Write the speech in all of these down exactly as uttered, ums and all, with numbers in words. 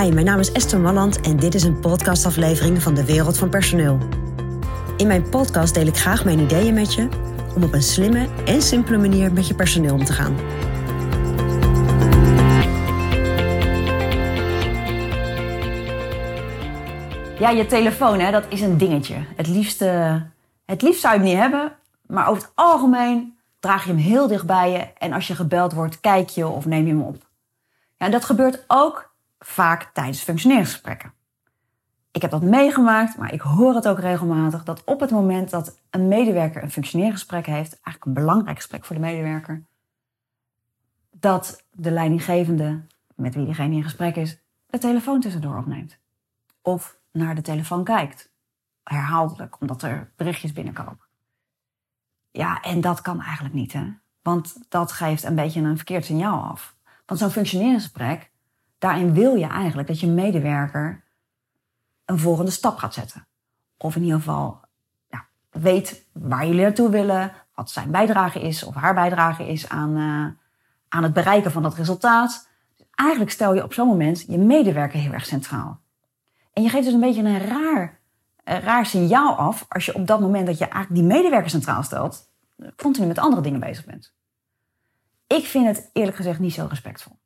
Hi, mijn naam is Esther Malland en dit is een podcastaflevering van de Wereld van Personeel. In mijn podcast deel ik graag mijn ideeën met je om op een slimme en simpele manier met je personeel om te gaan. Ja, je telefoon, hè, dat is een dingetje. Het liefst, uh, het liefst zou je hem niet hebben, maar over het algemeen draag je hem heel dicht bij je. En als je gebeld wordt, kijk je of neem je hem op. Ja, en dat gebeurt ook vaak tijdens functioneringsgesprekken. Ik heb dat meegemaakt, maar ik hoor het ook regelmatig, dat op het moment dat een medewerker een functioneringsgesprek heeft, eigenlijk een belangrijk gesprek voor de medewerker, dat de leidinggevende, met wie diegene in gesprek is, de telefoon tussendoor opneemt. Of naar de telefoon kijkt. Herhaaldelijk, omdat er berichtjes binnenkomen. Ja, en dat kan eigenlijk niet, hè. Want dat geeft een beetje een verkeerd signaal af. Want zo'n functioneringsgesprek, daarin wil je eigenlijk dat je medewerker een volgende stap gaat zetten. Of in ieder geval ja, weet waar jullie naartoe willen, wat zijn bijdrage is of haar bijdrage is aan, uh, aan het bereiken van dat resultaat. Dus eigenlijk stel je op zo'n moment je medewerker heel erg centraal. En je geeft dus een beetje een raar, een raar signaal af als je op dat moment dat je eigenlijk die medewerker centraal stelt, continu met andere dingen bezig bent. Ik vind het eerlijk gezegd niet zo respectvol.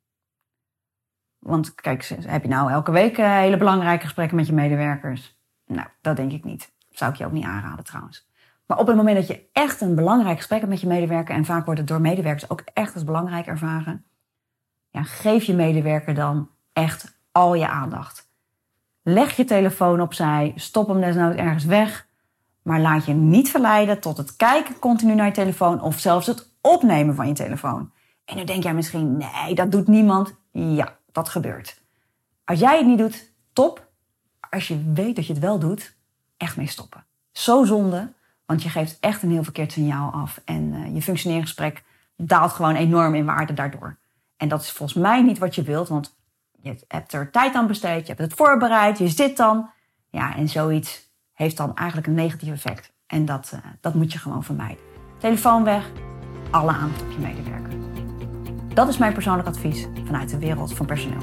Want kijk, heb je nou elke week hele belangrijke gesprekken met je medewerkers? Nou, dat denk ik niet. Zou ik je ook niet aanraden trouwens. Maar op het moment dat je echt een belangrijk gesprek hebt met je medewerker, en vaak wordt het door medewerkers ook echt als belangrijk ervaren, ja, geef je medewerker dan echt al je aandacht. Leg je telefoon opzij, stop hem desnoods ergens weg, maar laat je niet verleiden tot het kijken continu naar je telefoon of zelfs het opnemen van je telefoon. En nu denk jij misschien, nee, dat doet niemand. Ja, dat gebeurt. Als jij het niet doet, top. Als je weet dat je het wel doet, echt mee stoppen. Zo zonde, want je geeft echt een heel verkeerd signaal af. En uh, je functioneringsgesprek daalt gewoon enorm in waarde daardoor. En dat is volgens mij niet wat je wilt, want je hebt er tijd aan besteed, je hebt het voorbereid, je zit dan. Ja, en zoiets heeft dan eigenlijk een negatief effect. En dat, uh, dat moet je gewoon vermijden. Telefoon weg, alle aandacht op je medewerker. Dat is mijn persoonlijk advies vanuit de Wereld van Personeel.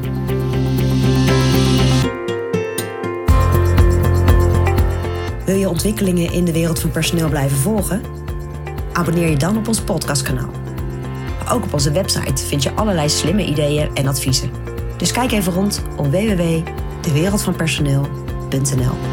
Wil je ontwikkelingen in de Wereld van Personeel blijven volgen? Abonneer je dan op ons podcastkanaal. Ook op onze website vind je allerlei slimme ideeën en adviezen. Dus kijk even rond op w w w punt de wereld van personeel punt n l.